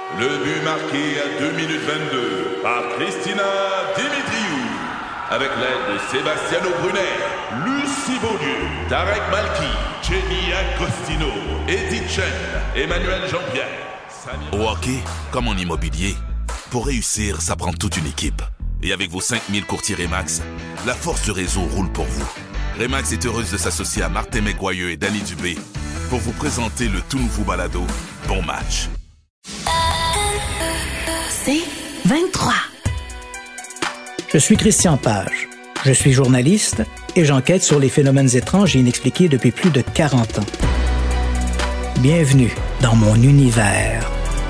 Le but marqué à 2 minutes 22 par Christina Dimitriou. Avec l'aide de Sebastiano Brunet, Lucie Beaulieu, Tarek Malki, Jenny Agostino, Edith Chen, Emmanuel Jean-Pierre. Au hockey, comme en immobilier, pour réussir, ça prend toute une équipe. Et avec vos 5000 courtiers Remax, la force du réseau roule pour vous. Remax est heureuse de s'associer à Martin McGuire et Danny Dubé pour vous présenter le tout nouveau balado Bon Match. C'est 23. Je suis Christian Page. Je suis journaliste et j'enquête sur les phénomènes étranges et inexpliqués depuis plus de 40 ans. Bienvenue dans mon univers.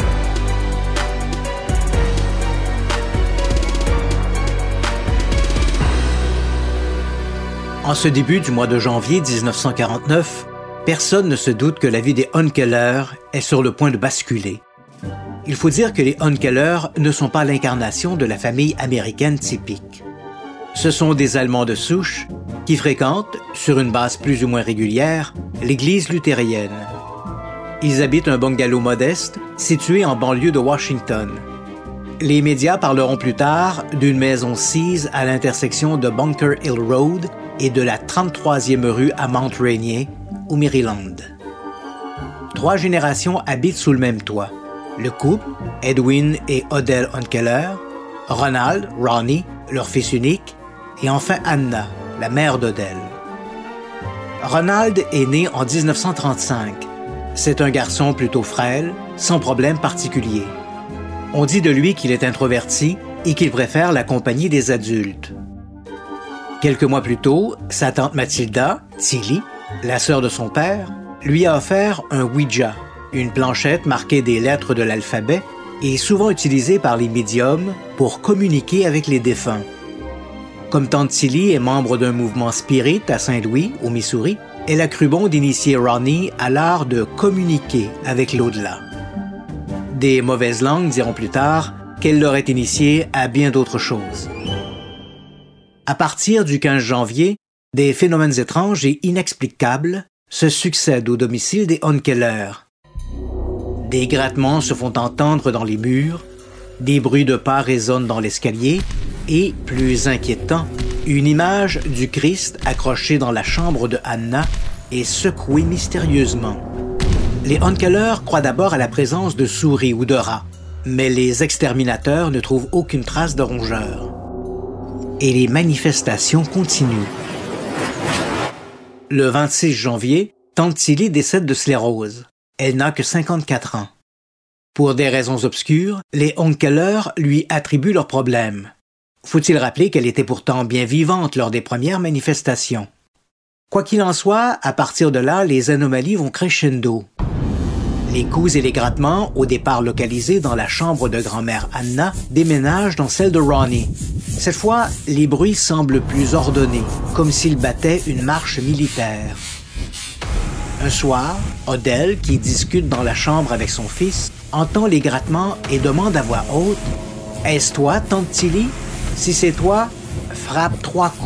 En ce début du mois de janvier 1949, personne ne se doute que la vie des Unkeler est sur le point de basculer. Il faut dire que les Unkeler ne sont pas l'incarnation de la famille américaine typique. Ce sont des Allemands de souche qui fréquentent, sur une base plus ou moins régulière, l'église luthérienne. Ils habitent un bungalow modeste situé en banlieue de Washington. Les médias parleront plus tard d'une maison sise à l'intersection de Bunker Hill Road et de la 33e rue à Mount Rainier, au Maryland. 3 générations habitent sous le même toit. Le couple, Edwin et Odell Unkeler, Ronald, Ronnie, leur fils unique, et enfin Anna, la mère d'Odell. Ronald est né en 1935. C'est un garçon plutôt frêle, sans problème particulier. On dit de lui qu'il est introverti et qu'il préfère la compagnie des adultes. Quelques mois plus tôt, sa tante Mathilda, Tilly, la sœur de son père, lui a offert un Ouija, une planchette marquée des lettres de l'alphabet et souvent utilisée par les médiums pour communiquer avec les défunts. Comme tante Tilly est membre d'un mouvement spirit à Saint-Louis, au Missouri, elle a cru bon d'initier Ronnie à l'art de communiquer avec l'au-delà. Des mauvaises langues diront plus tard qu'elle l'aurait initié à bien d'autres choses. À partir du 15 janvier, des phénomènes étranges et inexplicables se succèdent au domicile des Unkeler. Des grattements se font entendre dans les murs, des bruits de pas résonnent dans l'escalier et, plus inquiétant, une image du Christ accrochée dans la chambre de Anna est secouée mystérieusement. Les Unkeler croient d'abord à la présence de souris ou de rats, mais les exterminateurs ne trouvent aucune trace de rongeurs. Et les manifestations continuent. Le 26 janvier, tante Tilly décède de sclérose. Elle n'a que 54 ans. Pour des raisons obscures, les Unkeler lui attribuent leurs problèmes. Faut-il rappeler qu'elle était pourtant bien vivante lors des premières manifestations. Quoi qu'il en soit, à partir de là, les anomalies vont crescendo. Les coups et les grattements, au départ localisés dans la chambre de grand-mère Anna, déménagent dans celle de Ronnie. Cette fois, les bruits semblent plus ordonnés, comme s'ils battaient une marche militaire. Un soir, Odell, qui discute dans la chambre avec son fils, entend les grattements et demande à voix haute « Est-ce toi, tante Tilly? Si c'est toi, frappe 3 coups. »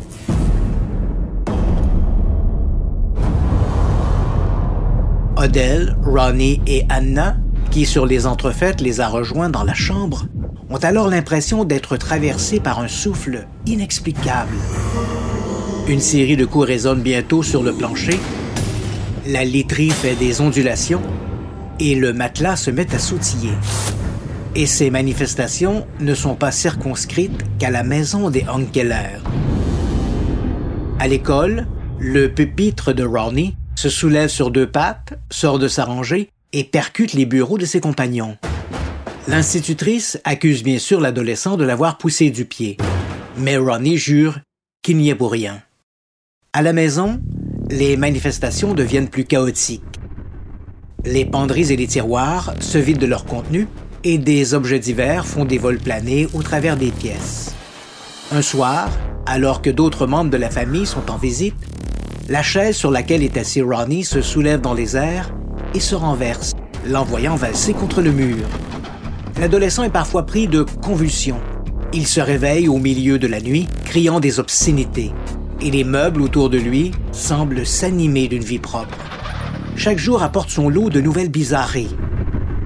Odell, Ronnie et Anna, qui sur les entrefaites les a rejoints dans la chambre, ont alors l'impression d'être traversés par un souffle inexplicable. Une série de coups résonne bientôt sur le plancher, la literie fait des ondulations et le matelas se met à sautiller. Et ces manifestations ne sont pas circonscrites qu'à la maison des Unkeler. À l'école, le pupitre de Ronnie se soulève sur 2 pattes, sort de sa rangée et percute les bureaux de ses compagnons. L'institutrice accuse bien sûr l'adolescent de l'avoir poussé du pied, mais Ronnie jure qu'il n'y est pour rien. À la maison, les manifestations deviennent plus chaotiques. Les penderies et les tiroirs se vident de leur contenu et des objets divers font des vols planés au travers des pièces. Un soir, alors que d'autres membres de la famille sont en visite, la chaise sur laquelle est assis Ronnie se soulève dans les airs et se renverse, l'envoyant valser contre le mur. L'adolescent est parfois pris de convulsions. Il se réveille au milieu de la nuit, criant des obscénités, et les meubles autour de lui semblent s'animer d'une vie propre. Chaque jour apporte son lot de nouvelles bizarreries.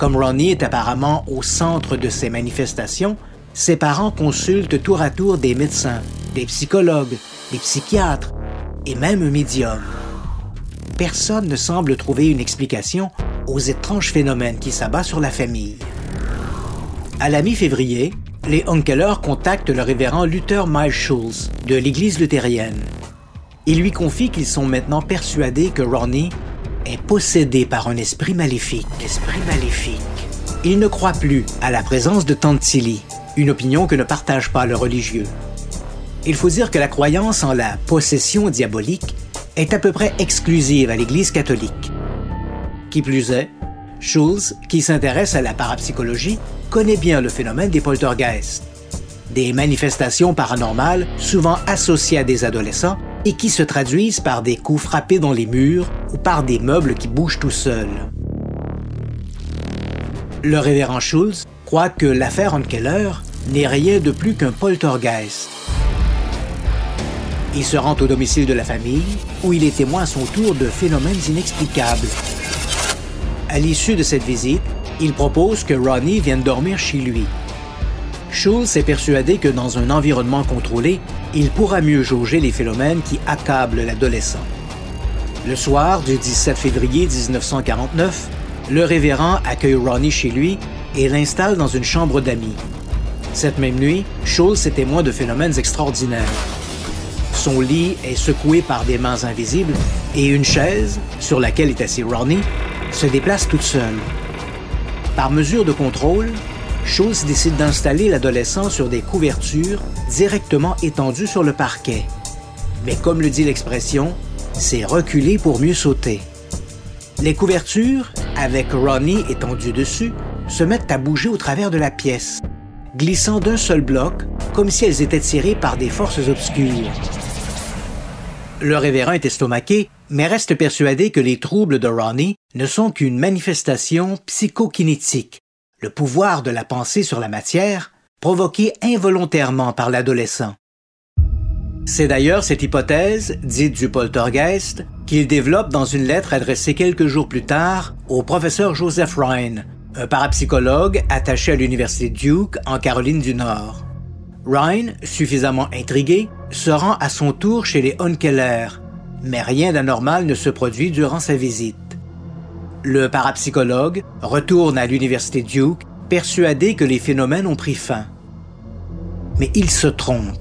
Comme Ronnie est apparemment au centre de ces manifestations, ses parents consultent tour à tour des médecins, des psychologues, des psychiatres et même un médium. Personne ne semble trouver une explication aux étranges phénomènes qui s'abattent sur la famille. À la mi-février, les Unkeler contactent le révérend Luther Miles Schulz de l'Église luthérienne. Ils lui confient qu'ils sont maintenant persuadés que Ronnie est possédé par un esprit maléfique. Ils ne croient plus à la présence de Tante Tilly, une opinion que ne partagent pas le religieux. Il faut dire que la croyance en la possession diabolique est à peu près exclusive à l'Église catholique. Qui plus est, Schulz, qui s'intéresse à la parapsychologie, connaît bien le phénomène des poltergeists, des manifestations paranormales souvent associées à des adolescents et qui se traduisent par des coups frappés dans les murs ou par des meubles qui bougent tout seuls. Le révérend Schulz croit que l'affaire Unkeler n'est rien de plus qu'un poltergeist. Il se rend au domicile de la famille, où il est témoin à son tour de phénomènes inexplicables. À l'issue de cette visite, il propose que Ronnie vienne dormir chez lui. Schulz est persuadé que dans un environnement contrôlé, il pourra mieux jauger les phénomènes qui accablent l'adolescent. Le soir du 17 février 1949, le révérend accueille Ronnie chez lui et l'installe dans une chambre d'amis. Cette même nuit, Schulz est témoin de phénomènes extraordinaires. Son lit est secoué par des mains invisibles et une chaise, sur laquelle est assis Ronnie, se déplace toute seule. Par mesure de contrôle, Schulz décide d'installer l'adolescent sur des couvertures directement étendues sur le parquet. Mais comme le dit l'expression, c'est reculer pour mieux sauter. Les couvertures, avec Ronnie étendu dessus, se mettent à bouger au travers de la pièce, glissant d'un seul bloc, comme si elles étaient tirées par des forces obscures. Le révérend est estomaqué, mais reste persuadé que les troubles de Ronnie ne sont qu'une manifestation psychokinétique, le pouvoir de la pensée sur la matière, provoqué involontairement par l'adolescent. C'est d'ailleurs cette hypothèse, dite du poltergeist, qu'il développe dans une lettre adressée quelques jours plus tard au professeur Joseph Rhine, un parapsychologue attaché à l'université Duke en Caroline du Nord. Rhine, suffisamment intrigué, se rend à son tour chez les Unkeler, mais rien d'anormal ne se produit durant sa visite. Le parapsychologue retourne à l'université Duke, persuadé que les phénomènes ont pris fin. Mais il se trompe.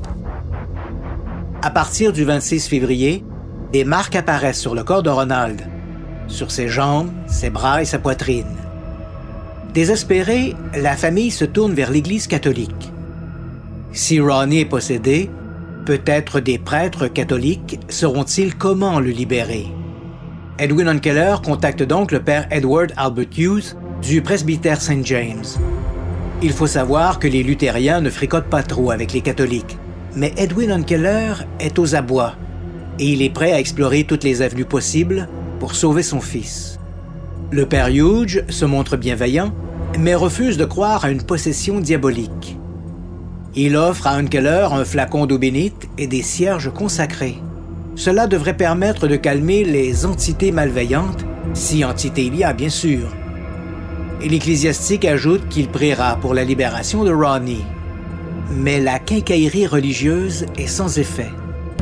À partir du 26 février, des marques apparaissent sur le corps de Ronald, sur ses jambes, ses bras et sa poitrine. Désespérée, la famille se tourne vers l'Église catholique. Si Ronnie est possédé, peut-être des prêtres catholiques sauront-ils comment le libérer. Edwin Unkeler contacte donc le père Edward Albert Hughes du presbytère St. James. Il faut savoir que les luthériens ne fricotent pas trop avec les catholiques, mais Edwin Unkeler est aux abois et il est prêt à explorer toutes les avenues possibles pour sauver son fils. Le père Hughes se montre bienveillant, mais refuse de croire à une possession diabolique. Il offre à Unkeler un flacon d'eau bénite et des cierges consacrés. Cela devrait permettre de calmer les entités malveillantes, si entités il y a bien sûr. Et l'ecclésiastique ajoute qu'il priera pour la libération de Ronnie. Mais la quincaillerie religieuse est sans effet.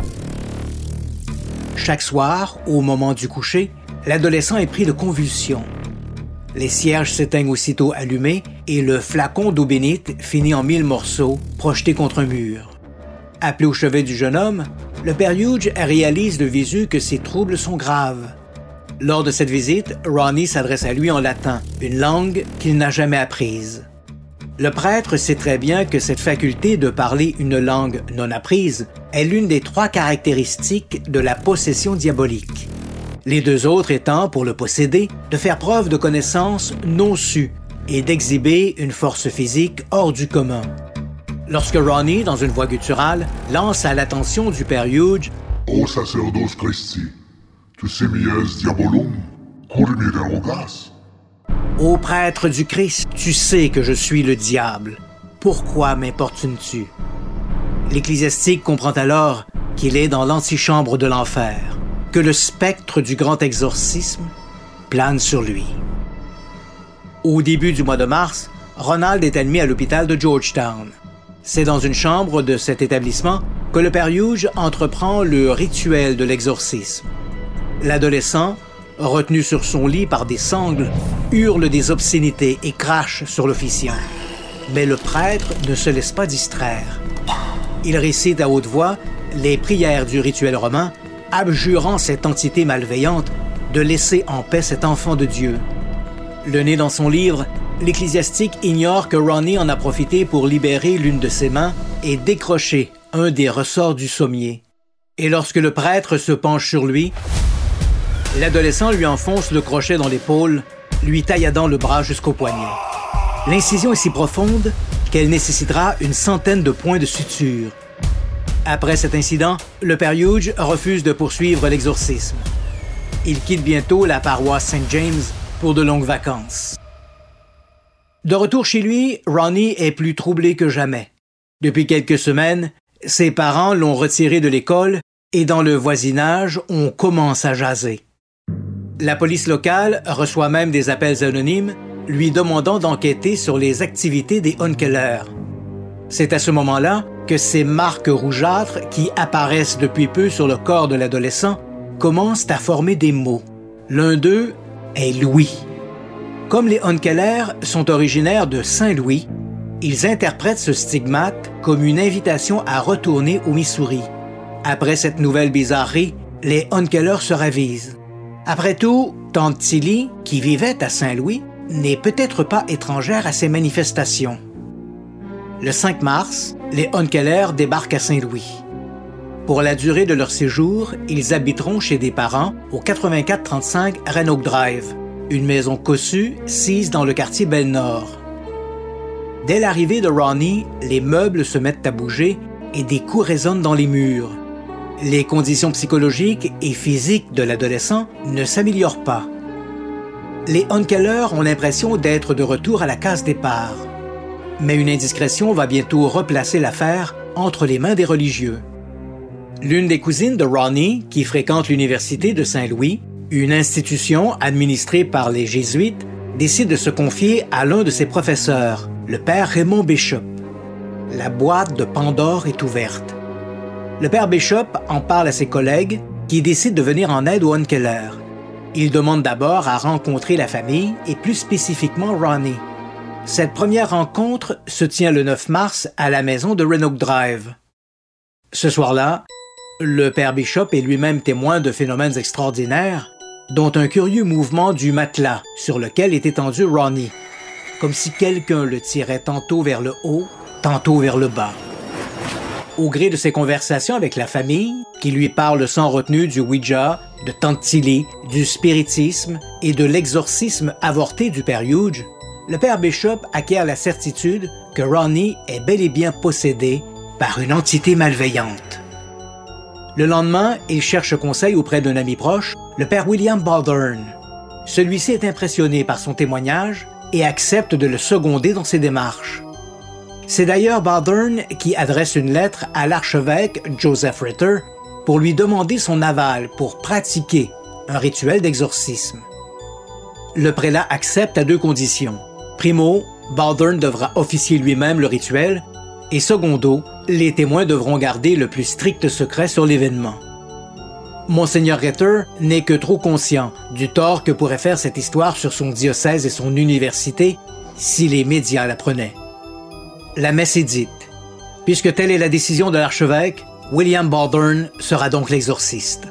Chaque soir, au moment du coucher, l'adolescent est pris de convulsions. Les cierges s'éteignent aussitôt allumés et le flacon d'eau bénite finit en 1000 morceaux, projetés contre un mur. Appelé au chevet du jeune homme, le père Hughes réalise de visu que ses troubles sont graves. Lors de cette visite, Ronnie s'adresse à lui en latin, une langue qu'il n'a jamais apprise. Le prêtre sait très bien que cette faculté de parler une langue non apprise est l'une des 3 caractéristiques de la possession diabolique. Les 2 autres étant, pour le posséder, de faire preuve de connaissances non sues et d'exhiber une force physique hors du commun. Lorsque Ronnie, dans une voix gutturale, lance à l'attention du père Hughes « O sacerdos Christi, tu simies diabolum, cur me derogas ?» Ô prêtre du Christ, tu sais que je suis le diable. Pourquoi m'importunes-tu? L'ecclésiastique comprend alors qu'il est dans l'antichambre de l'enfer, que le spectre du grand exorcisme plane sur lui. Au début du mois de mars, Ronald est admis à l'hôpital de Georgetown. C'est dans une chambre de cet établissement que le père Hughes entreprend le rituel de l'exorcisme. L'adolescent, retenu sur son lit par des sangles, hurle des obscénités et crache sur l'officiant. Mais le prêtre ne se laisse pas distraire. Il récite à haute voix les prières du rituel romain, abjurant cette entité malveillante de laisser en paix cet enfant de Dieu. Le nez dans son livre, l'ecclésiastique ignore que Ronnie en a profité pour libérer l'une de ses mains et décrocher un des ressorts du sommier. Et lorsque le prêtre se penche sur lui, l'adolescent lui enfonce le crochet dans l'épaule, lui tailladant le bras jusqu'au poignet. L'incision est si profonde qu'elle nécessitera une centaine de points de suture. Après cet incident, le père Hughes refuse de poursuivre l'exorcisme. Il quitte bientôt la paroisse St. James pour de longues vacances. De retour chez lui, Ronnie est plus troublé que jamais. Depuis quelques semaines, ses parents l'ont retiré de l'école et dans le voisinage, on commence à jaser. La police locale reçoit même des appels anonymes lui demandant d'enquêter sur les activités des Unkeler. C'est à ce moment-là que ces marques rougeâtres qui apparaissent depuis peu sur le corps de l'adolescent commencent à former des mots. L'un d'eux est Louis. Comme les Unkeler sont originaires de Saint-Louis, ils interprètent ce stigmate comme une invitation à retourner au Missouri. Après cette nouvelle bizarrerie, les Unkeler se ravisent. Après tout, tante Tilly, qui vivait à Saint-Louis, n'est peut-être pas étrangère à ces manifestations. Le 5 mars, les Unkeler débarquent à Saint-Louis. Pour la durée de leur séjour, ils habiteront chez des parents au 8435 Red Oak Drive, une maison cossue sise dans le quartier Belle-Nord. Dès l'arrivée de Ronnie, les meubles se mettent à bouger et des coups résonnent dans les murs. Les conditions psychologiques et physiques de l'adolescent ne s'améliorent pas. Les Unkeler ont l'impression d'être de retour à la case départ. Mais une indiscrétion va bientôt replacer l'affaire entre les mains des religieux. L'une des cousines de Ronnie, qui fréquente l'université de Saint-Louis, une institution administrée par les Jésuites, décide de se confier à l'un de ses professeurs, le père Raymond Bishop. La boîte de Pandore est ouverte. Le père Bishop en parle à ses collègues qui décident de venir en aide aux Unkeler. Il demande d'abord à rencontrer la famille et plus spécifiquement Ronnie. Cette première rencontre se tient le 9 mars à la maison de Red Oak Drive. Ce soir-là, le père Bishop est lui-même témoin de phénomènes extraordinaires, dont un curieux mouvement du matelas sur lequel est étendu Ronnie, comme si quelqu'un le tirait tantôt vers le haut, tantôt vers le bas. Au gré de ses conversations avec la famille, qui lui parle sans retenue du Ouija, de tante Tilly, du spiritisme et de l'exorcisme avorté du père Hughes, le père Bishop acquiert la certitude que Ronnie est bel et bien possédé par une entité malveillante. Le lendemain, il cherche conseil auprès d'un ami proche, le père William Baldern. Celui-ci est impressionné par son témoignage et accepte de le seconder dans ses démarches. C'est d'ailleurs Baldern qui adresse une lettre à l'archevêque Joseph Ritter pour lui demander son aval pour pratiquer un rituel d'exorcisme. Le prélat accepte à deux conditions. Primo, Baldern devra officier lui-même le rituel, et secondo, les témoins devront garder le plus strict secret sur l'événement. Monseigneur Ritter n'est que trop conscient du tort que pourrait faire cette histoire sur son diocèse et son université si les médias l'apprenaient. La messe est dite. Puisque telle est la décision de l'archevêque, William Baldern sera donc l'exorciste.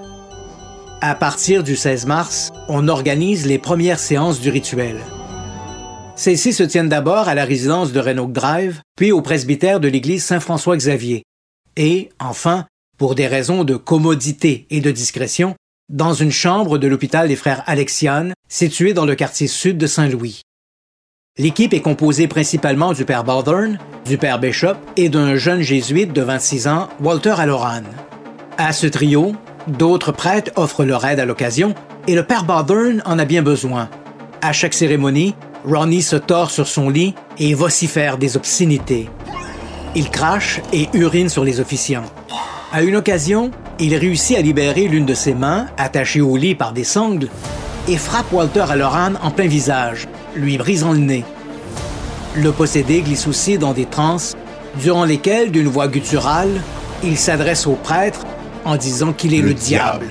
À partir du 16 mars, on organise les premières séances du rituel. Celles-ci se tiennent d'abord à la résidence de Red Oak Drive, puis au presbytère de l'église Saint-François-Xavier. Et, enfin, pour des raisons de commodité et de discrétion, dans une chambre de l'hôpital des frères Alexian, située dans le quartier sud de Saint-Louis. L'équipe est composée principalement du père Baldern, du père Bishop et d'un jeune jésuite de 26 ans, Walter Halloran. À ce trio, d'autres prêtres offrent leur aide à l'occasion et le père Baldern en a bien besoin. À chaque cérémonie, Ronnie se tord sur son lit et vocifère des obscénités. Il crache et urine sur les officiants. À une occasion, il réussit à libérer l'une de ses mains, attachée au lit par des sangles, et frappe Walter Halloran en plein visage, lui brisant le nez. Le possédé glisse aussi dans des transes, durant lesquelles, d'une voix gutturale, il s'adresse au prêtre en disant qu'il est le diable.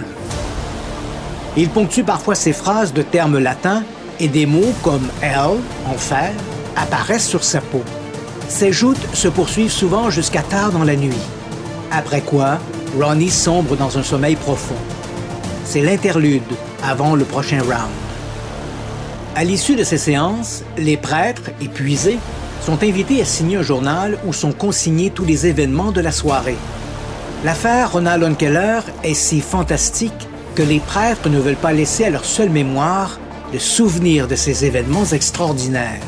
Il ponctue parfois ses phrases de termes latins et des mots comme « hell », « enfer », apparaissent sur sa peau. Ces joutes se poursuivent souvent jusqu'à tard dans la nuit. Après quoi, Ronnie sombre dans un sommeil profond. C'est l'interlude avant le prochain round. À l'issue de ces séances, les prêtres, épuisés, sont invités à signer un journal où sont consignés tous les événements de la soirée. L'affaire Ronald Unkeler est si fantastique que les prêtres ne veulent pas laisser à leur seule mémoire le souvenir de ces événements extraordinaires.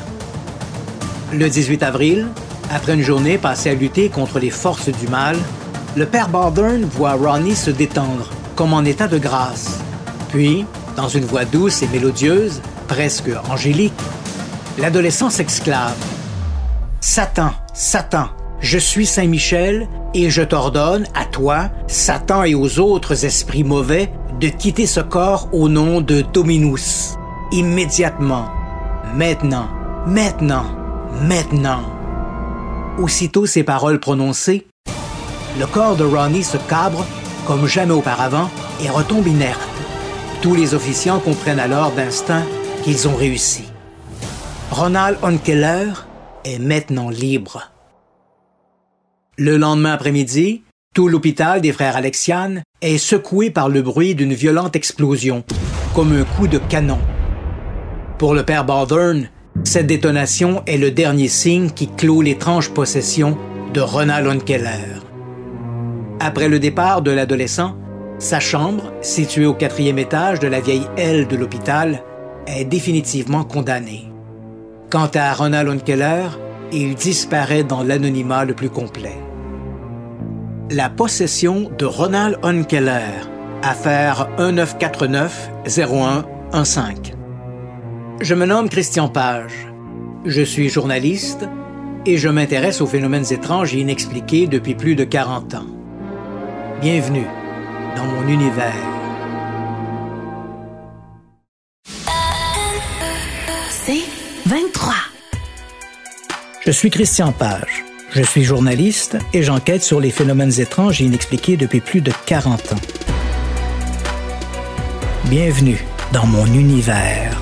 Le 18 avril, après une journée passée à lutter contre les forces du mal, le père Baldwin voit Ronnie se détendre, comme en état de grâce. Puis, dans une voix douce et mélodieuse, presque angélique, l'adolescent s'exclame « Satan, Satan, je suis Saint-Michel et je t'ordonne, à toi, Satan et aux autres esprits mauvais, de quitter ce corps au nom de Dominus. Immédiatement. Maintenant. Maintenant. Maintenant. » Aussitôt ces paroles prononcées, le corps de Ronnie se cabre comme jamais auparavant et retombe inerte. Tous les officiants comprennent alors d'instinct qu'ils ont réussi. Ronald Unkeler est maintenant libre. Le lendemain après-midi, tout l'hôpital des frères Alexian est secoué par le bruit d'une violente explosion, comme un coup de canon. Pour le père Baldwin, cette détonation est le dernier signe qui clôt l'étrange possession de Ronald Unkeler. Après le départ de l'adolescent, sa chambre, située au 4e étage de la vieille aile de l'hôpital, est définitivement condamnée. Quant à Ronald Unkeler, il disparaît dans l'anonymat le plus complet. La possession de Ronald Unkeler, affaire 1949-01-15. Je me nomme Christian Page. Je suis journaliste et je m'intéresse aux phénomènes étranges et inexpliqués depuis plus de 40 ans. Bienvenue dans mon univers. C'est 23. Je suis Christian Page. Je suis journaliste et j'enquête sur les phénomènes étranges et inexpliqués depuis plus de 40 ans. Bienvenue dans mon univers.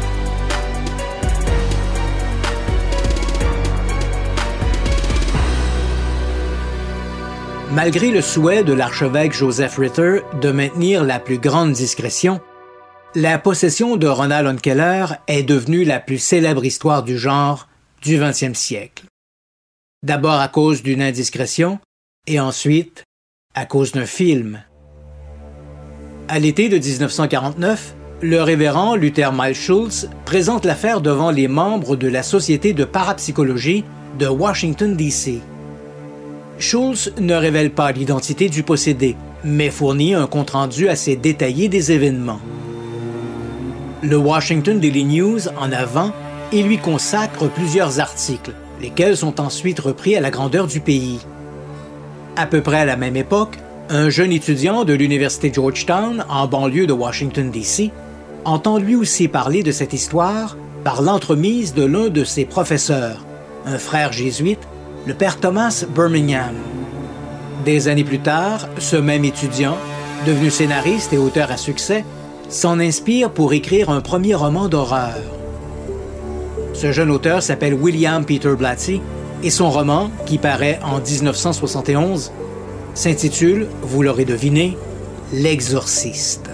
Malgré le souhait de l'archevêque Joseph Ritter de maintenir la plus grande discrétion, la possession de Ronald Unkeler est devenue la plus célèbre histoire du genre du 20e siècle. D'abord à cause d'une indiscrétion et ensuite à cause d'un film. À l'été de 1949, le révérend Luther Miles Schultz présente l'affaire devant les membres de la Société de parapsychologie de Washington, D.C. Schultz ne révèle pas l'identité du possédé, mais fournit un compte-rendu assez détaillé des événements. Le Washington Daily News en avant et lui consacre plusieurs articles, lesquels sont ensuite repris à la grandeur du pays. À peu près à la même époque, un jeune étudiant de l'université Georgetown, en banlieue de Washington, D.C., entend lui aussi parler de cette histoire par l'entremise de l'un de ses professeurs, un frère jésuite, le père Thomas Birmingham. Des années plus tard, ce même étudiant, devenu scénariste et auteur à succès, s'en inspire pour écrire un premier roman d'horreur. Ce jeune auteur s'appelle William Peter Blatty et son roman, qui paraît en 1971, s'intitule, vous l'aurez deviné, L'Exorciste.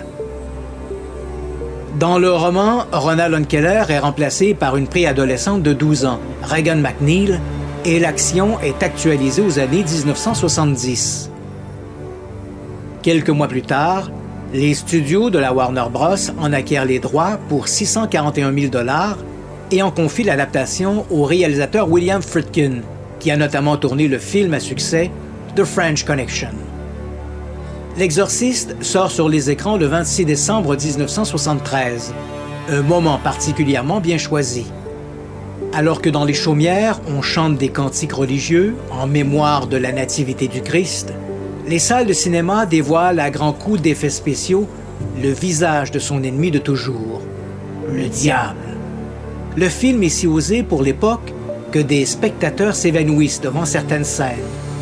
Dans le roman, Ronald Unkeler est remplacé par une préadolescente de 12 ans, Regan McNeil, et l'action est actualisée aux années 1970. Quelques mois plus tard, les studios de la Warner Bros. En acquièrent les droits pour 641 000 $ et en confient l'adaptation au réalisateur William Friedkin, qui a notamment tourné le film à succès The French Connection. L'Exorciste sort sur les écrans le 26 décembre 1973, un moment particulièrement bien choisi. Alors que dans les chaumières, on chante des cantiques religieux en mémoire de la nativité du Christ, les salles de cinéma dévoilent à grands coups d'effets spéciaux le visage de son ennemi de toujours, le diable. le film est si osé pour l'époque que des spectateurs s'évanouissent devant certaines scènes.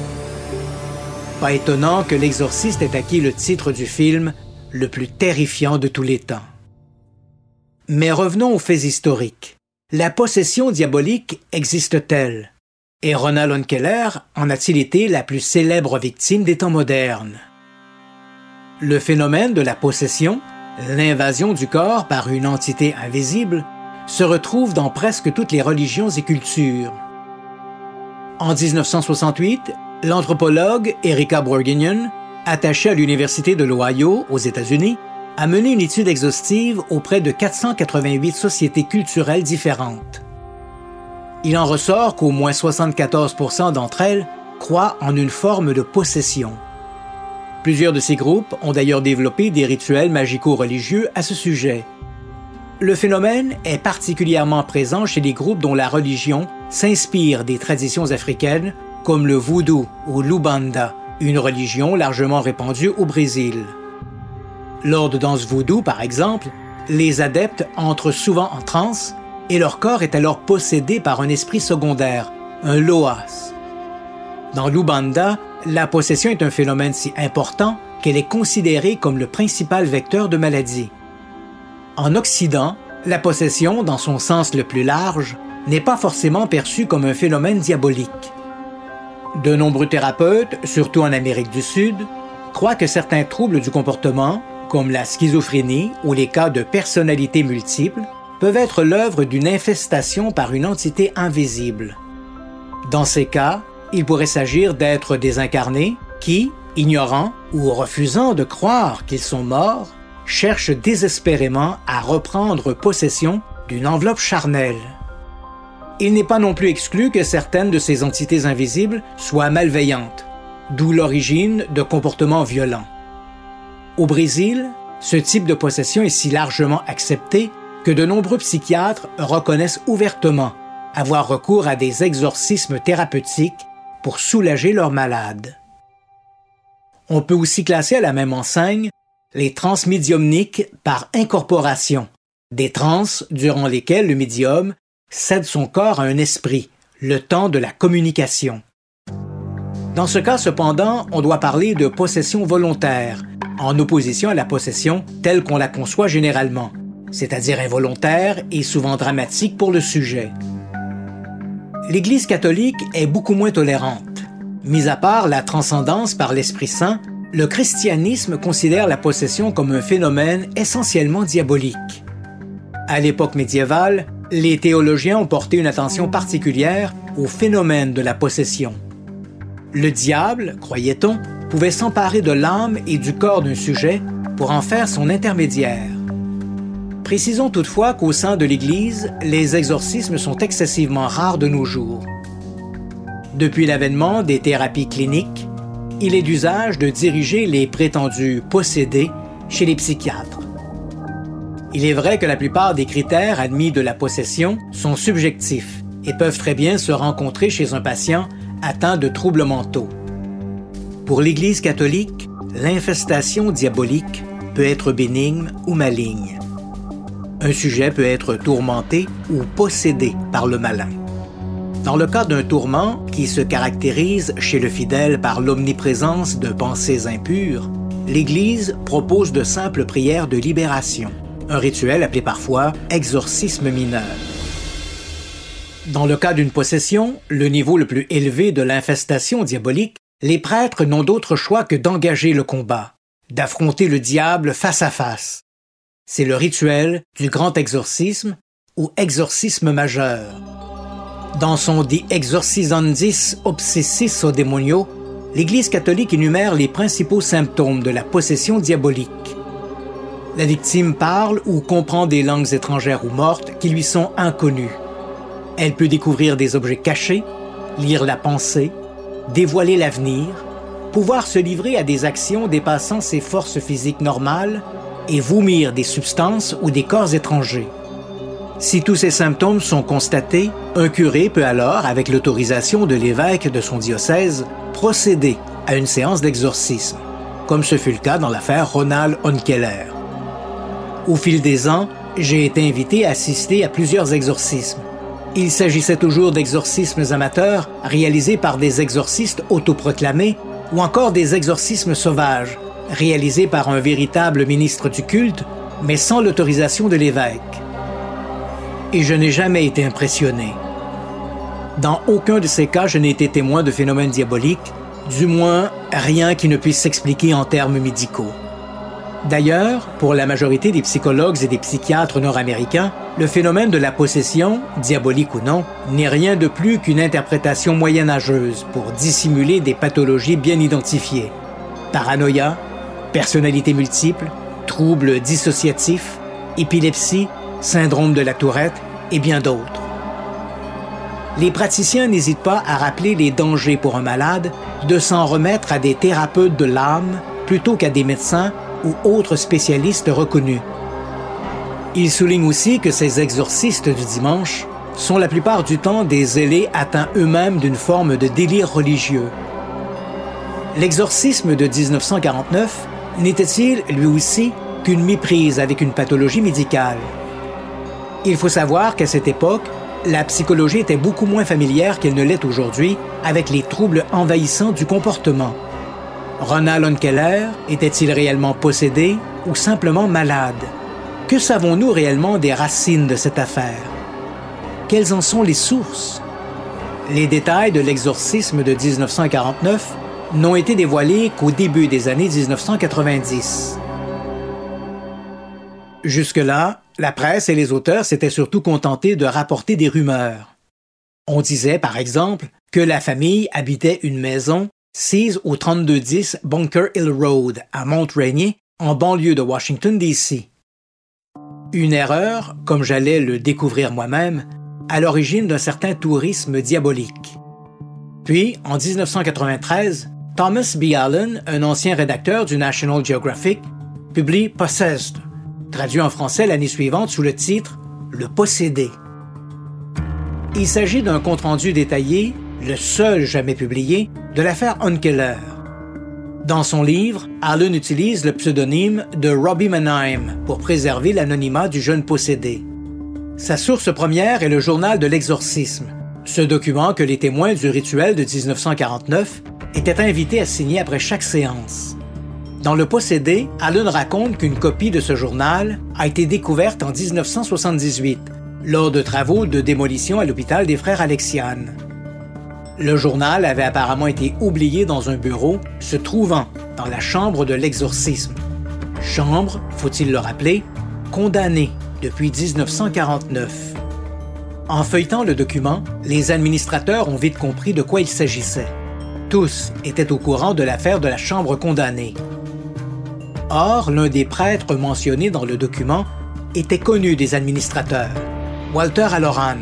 Pas étonnant que L'Exorciste ait acquis le titre du film le plus terrifiant de tous les temps. Mais revenons aux faits historiques. La possession diabolique existe-t-elle? Et Ronald Unkeler en a-t-il été la plus célèbre victime des temps modernes? Le phénomène de la possession, l'invasion du corps par une entité invisible, se retrouve dans presque toutes les religions et cultures. En 1968, l'anthropologue Erika Bourguignon, attachée à l'Université de l'Ohio aux États-Unis, a mené une étude exhaustive auprès de 488 sociétés culturelles différentes. Il en ressort qu'au moins 74% d'entre elles croient en une forme de possession. Plusieurs de ces groupes ont d'ailleurs développé des rituels magico-religieux à ce sujet. Le phénomène est particulièrement présent chez les groupes dont la religion s'inspire des traditions africaines, comme le voodoo ou l'Ubanda, une religion largement répandue au Brésil. Lors de danses voodoo, par exemple, les adeptes entrent souvent en transe et leur corps est alors possédé par un esprit secondaire, un loas. Dans l'Ubanda, la possession est un phénomène si important qu'elle est considérée comme le principal vecteur de maladie. En Occident, la possession, dans son sens le plus large, n'est pas forcément perçue comme un phénomène diabolique. De nombreux thérapeutes, surtout en Amérique du Sud, croient que certains troubles du comportement, comme la schizophrénie ou les cas de personnalité multiple, peuvent être l'œuvre d'une infestation par une entité invisible. Dans ces cas, il pourrait s'agir d'êtres désincarnés qui, ignorant ou refusant de croire qu'ils sont morts, cherchent désespérément à reprendre possession d'une enveloppe charnelle. Il n'est pas non plus exclu que certaines de ces entités invisibles soient malveillantes, d'où l'origine de comportements violents. Au Brésil, ce type de possession est si largement accepté que de nombreux psychiatres reconnaissent ouvertement avoir recours à des exorcismes thérapeutiques pour soulager leurs malades. On peut aussi classer à la même enseigne les transes médiumniques par incorporation, des transes durant lesquelles le médium cède son corps à un esprit, le temps de la communication. Dans ce cas, cependant, on doit parler de possession volontaire, en opposition à la possession telle qu'on la conçoit généralement, c'est-à-dire involontaire et souvent dramatique pour le sujet. L'Église catholique est beaucoup moins tolérante. Mis à part la transcendance par l'Esprit Saint, le christianisme considère la possession comme un phénomène essentiellement diabolique. À l'époque médiévale, les théologiens ont porté une attention particulière au phénomène de la possession. Le diable, croyait-on, pouvait s'emparer de l'âme et du corps d'un sujet pour en faire son intermédiaire. Précisons toutefois qu'au sein de l'Église, les exorcismes sont excessivement rares de nos jours. Depuis l'avènement des thérapies cliniques, il est d'usage de diriger les prétendus possédés chez les psychiatres. Il est vrai que la plupart des critères admis de la possession sont subjectifs et peuvent très bien se rencontrer chez un patient atteint de troubles mentaux. Pour l'Église catholique, l'infestation diabolique peut être bénigne ou maligne. Un sujet peut être tourmenté ou possédé par le malin. Dans le cas d'un tourment qui se caractérise chez le fidèle par l'omniprésence de pensées impures, l'Église propose de simples prières de libération, un rituel appelé parfois exorcisme mineur. Dans le cas d'une possession, le niveau le plus élevé de l'infestation diabolique, les prêtres n'ont d'autre choix que d'engager le combat, d'affronter le diable face à face. C'est le rituel du grand exorcisme ou exorcisme majeur. Dans son De Exorcisandis Obsessis Demonio, l'Église catholique énumère les principaux symptômes de la possession diabolique. La victime parle ou comprend des langues étrangères ou mortes qui lui sont inconnues. Elle peut découvrir des objets cachés, lire la pensée, dévoiler l'avenir, pouvoir se livrer à des actions dépassant ses forces physiques normales et vomir des substances ou des corps étrangers. Si tous ces symptômes sont constatés, un curé peut alors, avec l'autorisation de l'évêque de son diocèse, procéder à une séance d'exorcisme, comme ce fut le cas dans l'affaire Ronald Unkeler. Au fil des ans, j'ai été invité à assister à plusieurs exorcismes. Il s'agissait toujours d'exorcismes amateurs réalisés par des exorcistes autoproclamés ou encore des exorcismes sauvages réalisés par un véritable ministre du culte, mais sans l'autorisation de l'évêque. Et je n'ai jamais été impressionné. Dans aucun de ces cas, je n'ai été témoin de phénomènes diaboliques, du moins rien qui ne puisse s'expliquer en termes médicaux. D'ailleurs, pour la majorité des psychologues et des psychiatres nord-américains, le phénomène de la possession, diabolique ou non, n'est rien de plus qu'une interprétation moyenâgeuse pour dissimuler des pathologies bien identifiées. Paranoïa, personnalité multiple, troubles dissociatifs, épilepsie, syndrome de la Tourette et bien d'autres. Les praticiens n'hésitent pas à rappeler les dangers pour un malade de s'en remettre à des thérapeutes de l'âme plutôt qu'à des médecins ou autres spécialistes reconnus. Ils soulignent aussi que ces exorcistes du dimanche sont la plupart du temps des zélés atteints eux-mêmes d'une forme de délire religieux. L'exorcisme de 1949 n'était-il, lui aussi, qu'une méprise avec une pathologie médicale? Il faut savoir qu'à cette époque, la psychologie était beaucoup moins familière qu'elle ne l'est aujourd'hui avec les troubles envahissants du comportement. Ronald Unkeler était-il réellement possédé ou simplement malade? Que savons-nous réellement des racines de cette affaire? Quelles en sont les sources? Les détails de l'exorcisme de 1949 n'ont été dévoilés qu'au début des années 1990. Jusque-là, la presse et les auteurs s'étaient surtout contentés de rapporter des rumeurs. On disait, par exemple, que la famille habitait une maison sise au 3210 Bunker Hill Road, à Mount Rainier, en banlieue de Washington, D.C. Une erreur, comme j'allais le découvrir moi-même, à l'origine d'un certain tourisme diabolique. Puis, en 1993, Thomas B. Allen, un ancien rédacteur du National Geographic, publie Possessed, traduit en français l'année suivante sous le titre « Le possédé ». Il s'agit d'un compte-rendu détaillé, le seul jamais publié, de l'affaire Unkeler. Dans son livre, Allen utilise le pseudonyme de Robbie Mannheim pour préserver l'anonymat du jeune possédé. Sa source première est le journal de l'exorcisme, ce document que les témoins du rituel de 1949 étaient invités à signer après chaque séance. Dans Le Possédé, Allen raconte qu'une copie de ce journal a été découverte en 1978, lors de travaux de démolition à l'hôpital des frères Alexiane. Le journal avait apparemment été oublié dans un bureau se trouvant dans la chambre de l'exorcisme. Chambre, faut-il le rappeler, condamnée depuis 1949. En feuilletant le document, les administrateurs ont vite compris de quoi il s'agissait. Tous étaient au courant de l'affaire de la chambre condamnée. Or, l'un des prêtres mentionnés dans le document était connu des administrateurs, Walter Halloran.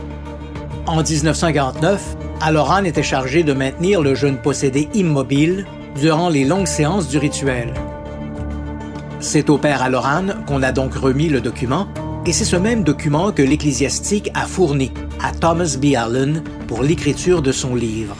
En 1949, Halloran était chargé de maintenir le jeune possédé immobile durant les longues séances du rituel. C'est au père Halloran qu'on a donc remis le document, et c'est ce même document que l'ecclésiastique a fourni à Thomas B. Allen pour l'écriture de son livre.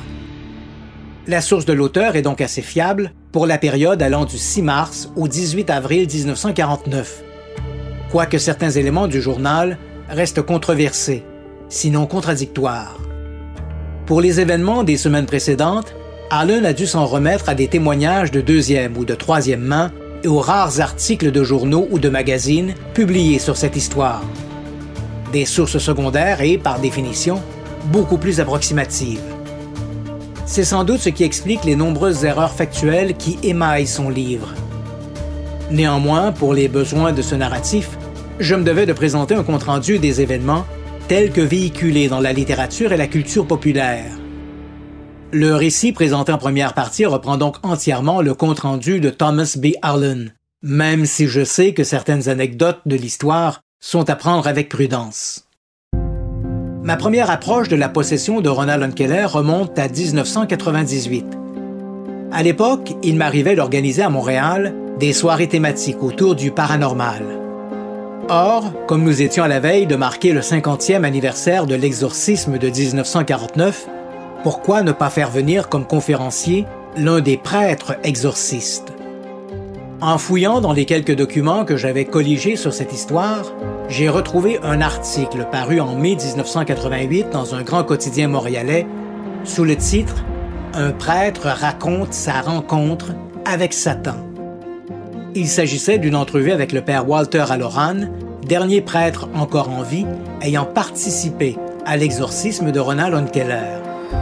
La source de l'auteur est donc assez fiable pour la période allant du 6 mars au 18 avril 1949, quoique certains éléments du journal restent controversés, sinon contradictoires. Pour les événements des semaines précédentes, Allen a dû s'en remettre à des témoignages de deuxième ou de troisième main et aux rares articles de journaux ou de magazines publiés sur cette histoire. Des sources secondaires et, par définition, beaucoup plus approximatives. C'est sans doute ce qui explique les nombreuses erreurs factuelles qui émaillent son livre. Néanmoins, pour les besoins de ce narratif, je me devais de présenter un compte-rendu des événements tels que véhiculés dans la littérature et la culture populaire. Le récit présenté en première partie reprend donc entièrement le compte-rendu de Thomas B. Allen, même si je sais que certaines anecdotes de l'histoire sont à prendre avec prudence. Ma première approche de la possession de Ronald Unkeler remonte à 1998. À l'époque, il m'arrivait d'organiser à Montréal des soirées thématiques autour du paranormal. Or, comme nous étions à la veille de marquer le 50e anniversaire de l'exorcisme de 1949, pourquoi ne pas faire venir comme conférencier l'un des prêtres exorcistes? En fouillant dans les quelques documents que j'avais colligés sur cette histoire, j'ai retrouvé un article paru en mai 1988 dans un grand quotidien montréalais sous le titre « Un prêtre raconte sa rencontre avec Satan ». Il s'agissait d'une entrevue avec le père Walter Halloran, dernier prêtre encore en vie ayant participé à l'exorcisme de Ronald Unkeler.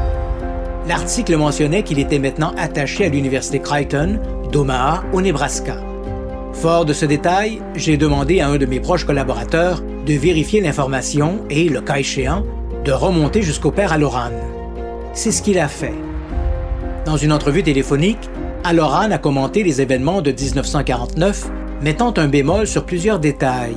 L'article mentionnait qu'il était maintenant attaché à l'université Creighton d'Omaha, au Nebraska. Fort de ce détail, j'ai demandé à un de mes proches collaborateurs de vérifier l'information et, le cas échéant, de remonter jusqu'au père Halloran. C'est ce qu'il a fait. Dans une entrevue téléphonique, Halloran a commenté les événements de 1949, mettant un bémol sur plusieurs détails.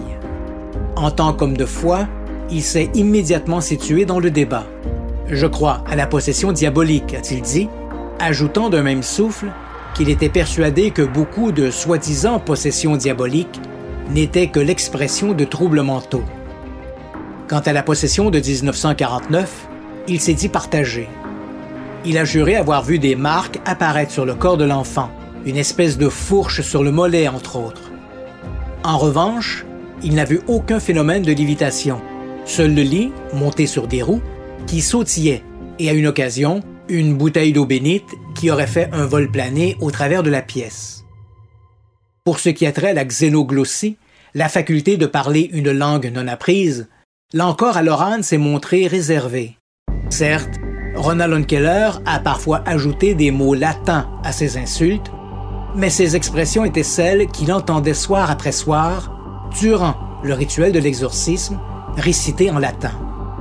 En tant qu'homme de foi, il s'est immédiatement situé dans le débat. « Je crois à la possession diabolique », a-t-il dit, ajoutant d'un même souffle qu'il était persuadé que beaucoup de soi-disant possessions diaboliques n'étaient que l'expression de troubles mentaux. Quant à la possession de 1949, il s'est dit partagé. Il a juré avoir vu des marques apparaître sur le corps de l'enfant, une espèce de fourche sur le mollet entre autres. En revanche, il n'a vu aucun phénomène de lévitation, seul le lit, monté sur des roues, qui sautillait et à une occasion, une bouteille d'eau bénite qui aurait fait un vol plané au travers de la pièce. Pour ce qui a trait à la xénoglossie, la faculté de parler une langue non apprise, là encore Halloran s'est montré réservé. Certes, Ronald Unkeler a parfois ajouté des mots latins à ses insultes, mais ces expressions étaient celles qu'il entendait soir après soir durant le rituel de l'exorcisme, récité en latin.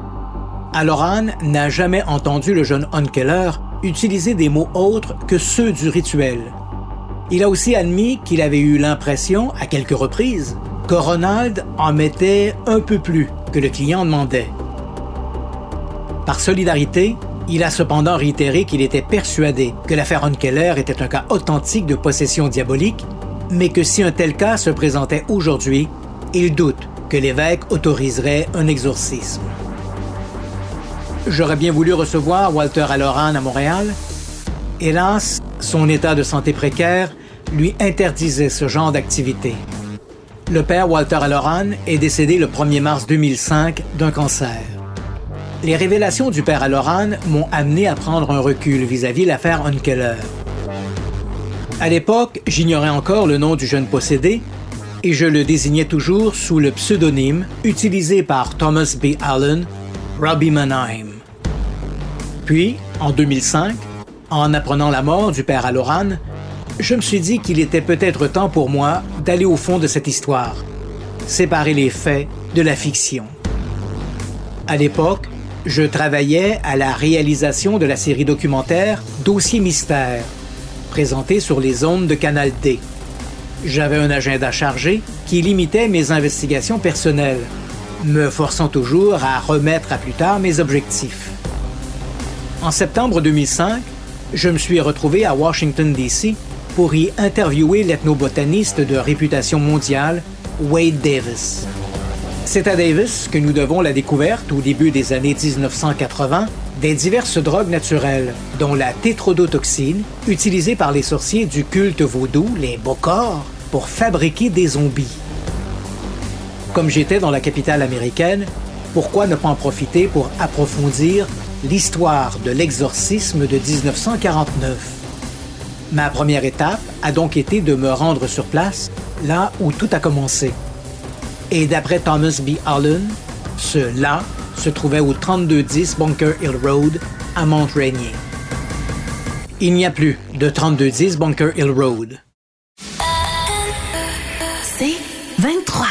Halloran n'a jamais entendu le jeune Unkeler utiliser des mots autres que ceux du rituel. Il a aussi admis qu'il avait eu l'impression, à quelques reprises, que Ronald en mettait un peu plus que le client demandait. Par solidarité, il a cependant réitéré qu'il était persuadé que l'affaire Unkeler était un cas authentique de possession diabolique, mais que si un tel cas se présentait aujourd'hui, il doute que l'évêque autoriserait un exorcisme. J'aurais bien voulu recevoir Walter Halloran à Montréal. Hélas, son état de santé précaire lui interdisait ce genre d'activité. Le père Walter Halloran est décédé le 1er mars 2005 d'un cancer. Les révélations du père Halloran m'ont amené à prendre un recul vis-à-vis l'affaire Unkeler. À l'époque, j'ignorais encore le nom du jeune possédé et je le désignais toujours sous le pseudonyme utilisé par Thomas B. Allen, Robbie Mannheim. Puis, en 2005, en apprenant la mort du père Halloran, je me suis dit qu'il était peut-être temps pour moi d'aller au fond de cette histoire, séparer les faits de la fiction. À l'époque, je travaillais à la réalisation de la série documentaire Dossier mystère, présentée sur les ondes de Canal D. J'avais un agenda chargé qui limitait mes investigations personnelles, me forçant toujours à remettre à plus tard mes objectifs. En septembre 2005, je me suis retrouvé à Washington, D.C. pour y interviewer l'ethnobotaniste de réputation mondiale, Wade Davis. C'est à Davis que nous devons la découverte, au début des années 1980, des diverses drogues naturelles, dont la tétrodotoxine, utilisée par les sorciers du culte vaudou, les Bokors, pour fabriquer des zombies. Comme j'étais dans la capitale américaine, pourquoi ne pas en profiter pour approfondir l'histoire de l'exorcisme de 1949? Ma première étape a donc été de me rendre sur place, là où tout a commencé. Et d'après Thomas B. Allen, ce « là » se trouvait au 3210 Bunker Hill Road à Mount Rainier. Il n'y a plus de 3210 Bunker Hill Road. C'est 23.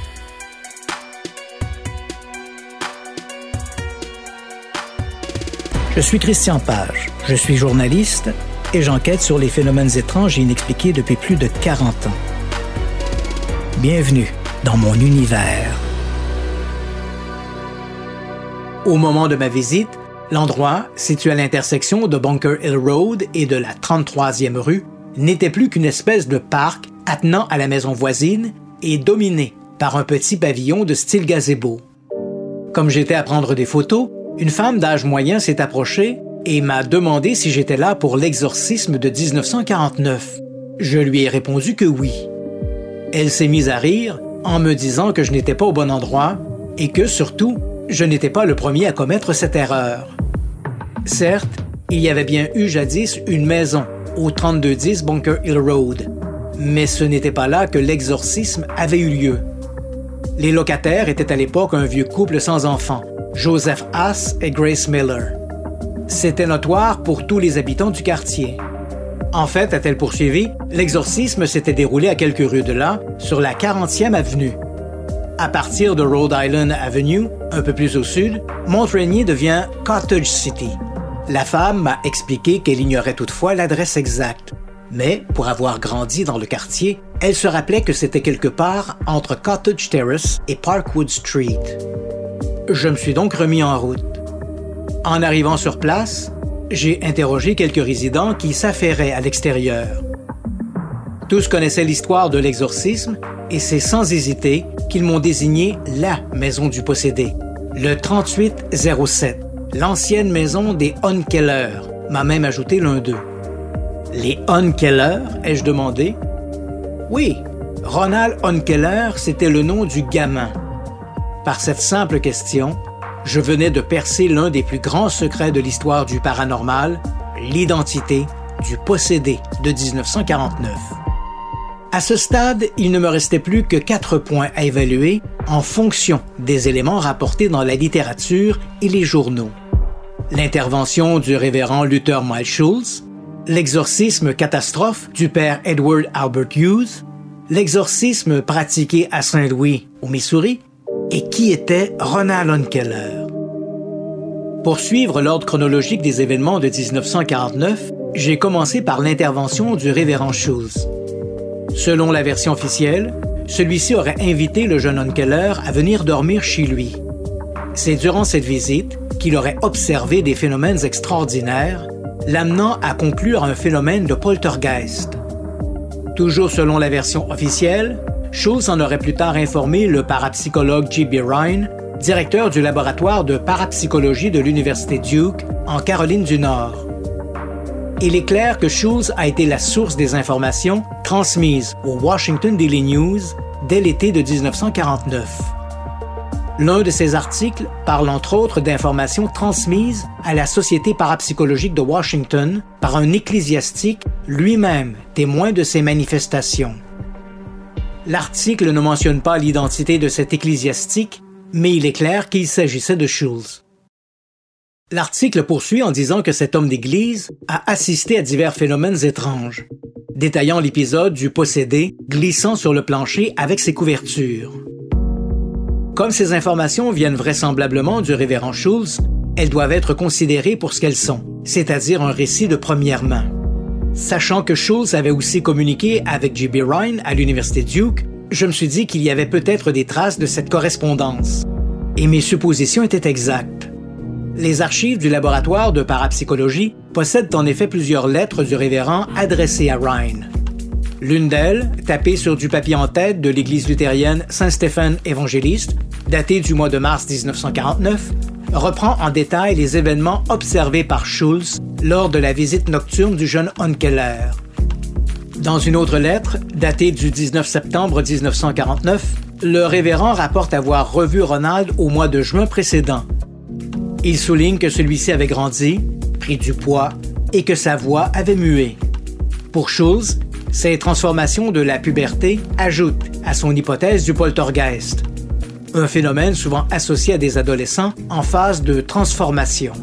Je suis Christian Page, je suis journaliste et j'enquête sur les phénomènes étranges et inexpliqués depuis plus de 40 ans. Bienvenue dans mon univers. Au moment de ma visite, l'endroit, situé à l'intersection de Bunker Hill Road et de la 33e rue, n'était plus qu'une espèce de parc attenant à la maison voisine et dominé par un petit pavillon de style gazebo. Comme j'étais à prendre des photos, une femme d'âge moyen s'est approchée et m'a demandé si j'étais là pour l'exorcisme de 1949. Je lui ai répondu que oui. Elle s'est mise à rire en me disant que je n'étais pas au bon endroit et que, surtout, je n'étais pas le premier à commettre cette erreur. Certes, il y avait bien eu jadis une maison au 3210 Bunker Hill Road, mais ce n'était pas là que l'exorcisme avait eu lieu. Les locataires étaient à l'époque un vieux couple sans enfants, Joseph Haas et Grace Miller. C'était notoire pour tous les habitants du quartier. En fait, a-t-elle poursuivi, l'exorcisme s'était déroulé à quelques rues de là, sur la 40e avenue. À partir de Rhode Island Avenue, un peu plus au sud, Montrénier devient Cottage City. La femme m'a expliqué qu'elle ignorait toutefois l'adresse exacte. Mais, pour avoir grandi dans le quartier, elle se rappelait que c'était quelque part entre Cottage Terrace et Parkwood Street. Je me suis donc remis en route. En arrivant sur place, j'ai interrogé quelques résidents qui s'affairaient à l'extérieur. Tous connaissaient l'histoire de l'exorcisme et c'est sans hésiter qu'ils m'ont désigné la maison du possédé, le 3807, l'ancienne maison des Unkeller, m'a même ajouté l'un d'eux. Les Unkeller, ai-je demandé? Oui, Ronald Unkeller, c'était le nom du gamin. Par cette simple question, je venais de percer l'un des plus grands secrets de l'histoire du paranormal, l'identité du possédé de 1949. À ce stade, il ne me restait plus que 4 points à évaluer en fonction des éléments rapportés dans la littérature et les journaux. L'intervention du révérend Luther Miles Schultz, l'exorcisme catastrophe du père Edward Albert Hughes, l'exorcisme pratiqué à Saint-Louis, au Missouri, et qui était Ronald Unkeller. Pour suivre l'ordre chronologique des événements de 1949, j'ai commencé par l'intervention du révérend Schultz. Selon la version officielle, celui-ci aurait invité le jeune Unkeller à venir dormir chez lui. C'est durant cette visite qu'il aurait observé des phénomènes extraordinaires, l'amenant à conclure un phénomène de poltergeist. Toujours selon la version officielle, Schultz en aurait plus tard informé le parapsychologue J.B. Ryan, directeur du laboratoire de parapsychologie de l'Université Duke, en Caroline du Nord. Il est clair que Schultz a été la source des informations transmises au Washington Daily News dès l'été de 1949. L'un de ses articles parle entre autres d'informations transmises à la Société parapsychologique de Washington par un ecclésiastique lui-même témoin de ces manifestations. L'article ne mentionne pas l'identité de cet ecclésiastique, mais il est clair qu'il s'agissait de Schultz. L'article poursuit en disant que cet homme d'Église a assisté à divers phénomènes étranges, détaillant l'épisode du possédé glissant sur le plancher avec ses couvertures. Comme ces informations viennent vraisemblablement du révérend Schultz, elles doivent être considérées pour ce qu'elles sont, c'est-à-dire un récit de première main. Sachant que Schultz avait aussi communiqué avec J.B. Ryan à l'Université Duke, je me suis dit qu'il y avait peut-être des traces de cette correspondance. Et mes suppositions étaient exactes. Les archives du laboratoire de parapsychologie possèdent en effet plusieurs lettres du révérend adressées à Ryan. L'une d'elles, tapée sur du papier en tête de l'église luthérienne Saint-Stéphane évangéliste, datée du mois de mars 1949, reprend en détail les événements observés par Schultz lors de la visite nocturne du jeune Unkeller. Dans une autre lettre, datée du 19 septembre 1949, le révérend rapporte avoir revu Ronald au mois de juin précédent. Il souligne que celui-ci avait grandi, pris du poids et que sa voix avait mué. Pour Schultz, ces transformations de la puberté ajoutent à son hypothèse du poltergeist, un phénomène souvent associé à des adolescents en phase de transformation.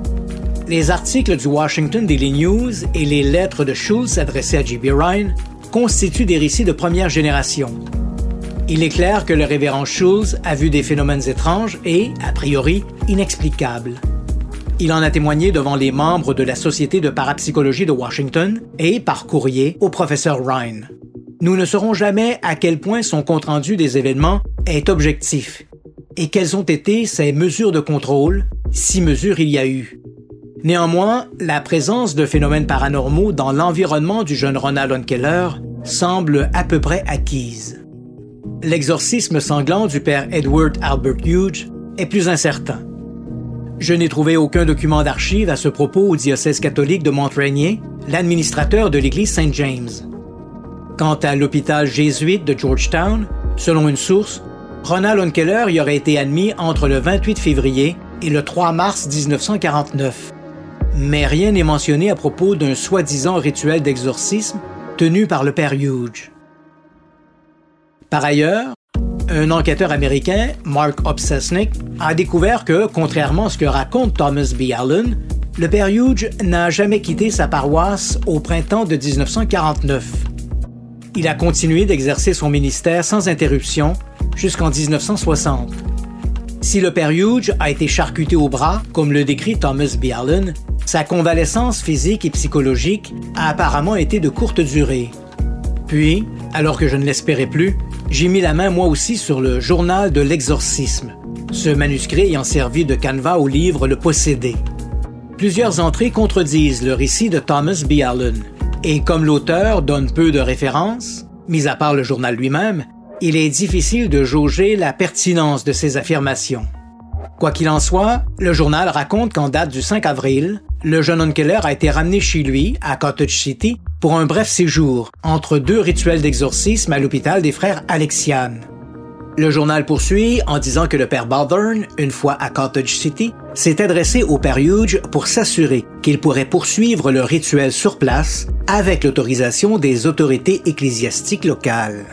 Les articles du Washington Daily News et les lettres de Schultz adressées à J.B. Ryan constituent des récits de première génération. Il est clair que le révérend Schultz a vu des phénomènes étranges et, a priori, inexplicables. Il en a témoigné devant les membres de la Société de parapsychologie de Washington et par courrier au professeur Ryan. Nous ne saurons jamais à quel point son compte-rendu des événements est objectif et quelles ont été ses mesures de contrôle, si mesures il y a eu. Néanmoins, la présence de phénomènes paranormaux dans l'environnement du jeune Ronald Unkeller semble à peu près acquise. L'exorcisme sanglant du père Edward Albert Hughes est plus incertain. Je n'ai trouvé aucun document d'archives à ce propos au diocèse catholique de Montrénier, l'administrateur de l'église Saint James. Quant à l'hôpital jésuite de Georgetown, selon une source, Ronald Unkeler y aurait été admis entre le 28 février et le 3 mars 1949. Mais rien n'est mentionné à propos d'un soi-disant rituel d'exorcisme tenu par le père Hughes. Par ailleurs, un enquêteur américain, Mark Obsesnik, a découvert que, contrairement à ce que raconte Thomas B. Allen, le père Hughes n'a jamais quitté sa paroisse au printemps de 1949. Il a continué d'exercer son ministère sans interruption jusqu'en 1960. Si le père Hughes a été charcuté au bras, comme le décrit Thomas B. Allen, sa convalescence physique et psychologique a apparemment été de courte durée. Puis, alors que je ne l'espérais plus, j'ai mis la main moi aussi sur le Journal de l'exorcisme, ce manuscrit ayant servi de canevas au livre Le Possédé. Plusieurs entrées contredisent le récit de Thomas B. Allen, et comme l'auteur donne peu de références, mis à part le journal lui-même, il est difficile de jauger la pertinence de ces affirmations. Quoi qu'il en soit, le journal raconte qu'en date du 5 avril, le jeune Unkeler a été ramené chez lui, à Cottage City, pour un bref séjour, entre 2 rituels d'exorcisme à l'hôpital des frères Alexian. Le journal poursuit en disant que le père Baldwin, une fois à Cottage City, s'est adressé au père Hughes pour s'assurer qu'il pourrait poursuivre le rituel sur place avec l'autorisation des autorités ecclésiastiques locales.